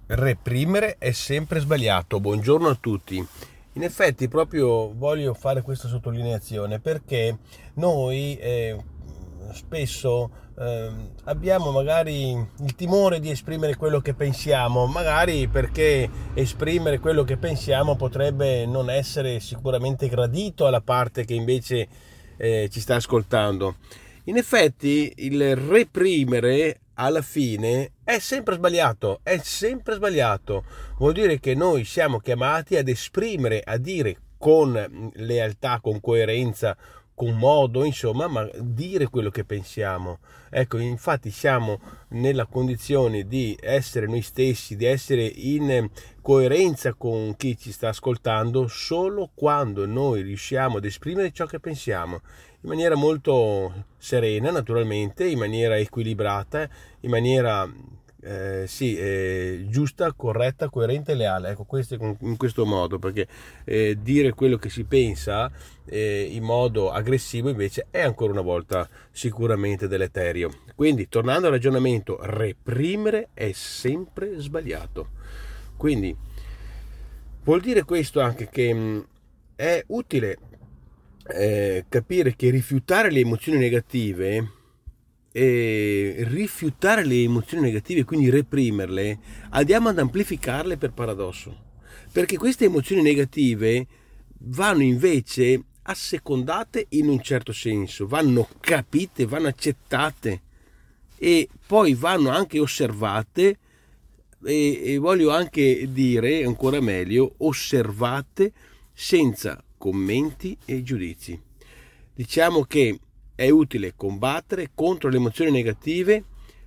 Reprimere è sempre sbagliato. Buongiorno a tutti. In effetti proprio voglio fare questa sottolineazione perché noi spesso abbiamo magari il timore di esprimere quello che pensiamo, magari perché esprimere quello che pensiamo potrebbe non essere sicuramente gradito alla parte che invece ci sta ascoltando. In effetti il reprimere alla fine è sempre sbagliato, è sempre sbagliato. Vuol dire che noi siamo chiamati ad esprimere, a dire con lealtà, con coerenza, con modo, insomma, ma dire quello che pensiamo. Ecco, infatti siamo nella condizione di essere noi stessi, di essere in coerenza con chi ci sta ascoltando solo quando noi riusciamo ad esprimere ciò che pensiamo in maniera molto serena, naturalmente, in maniera equilibrata, in maniera giusta, corretta, coerente e leale. Ecco, questo, in questo modo, perché dire quello che si pensa in modo aggressivo invece è ancora una volta sicuramente deleterio. Quindi, tornando al ragionamento, reprimere è sempre sbagliato. Quindi, vuol dire questo anche che è utile capire che rifiutare le emozioni negative rifiutare le emozioni negative, quindi reprimerle, andiamo ad amplificarle per paradosso. Perché queste emozioni negative vanno invece assecondate in un certo senso, vanno capite, vanno accettate e poi vanno anche osservate e voglio anche dire ancora meglio, osservate senza commenti e giudizi. Diciamo che è utile combattere contro le emozioni negative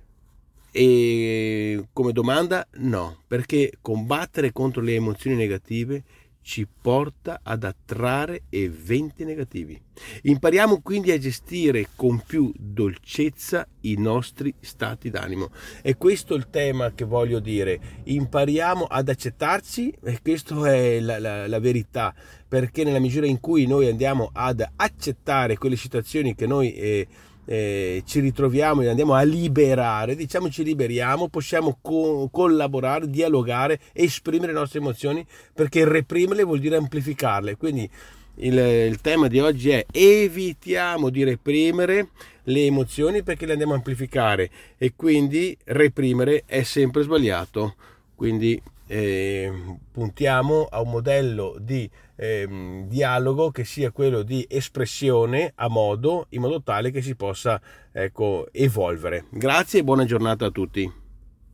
e come domanda no, perché combattere contro le emozioni negative ci porta ad attrarre eventi negativi. Impariamo quindi a gestire con più dolcezza i nostri stati d'animo. E questo è il tema che voglio dire. Impariamo ad accettarci e questa è la verità, perché nella misura in cui noi andiamo ad accettare quelle situazioni che noi ci ritroviamo e andiamo a liberare, diciamo ci liberiamo, possiamo collaborare, dialogare, esprimere le nostre emozioni, perché reprimerle vuol dire amplificarle. Quindi il tema di oggi è: evitiamo di reprimere le emozioni perché le andiamo a amplificare, e quindi reprimere è sempre sbagliato. Quindi puntiamo a un modello di dialogo che sia quello di espressione a modo, in modo tale che si possa, ecco, evolvere. Grazie e buona giornata a tutti.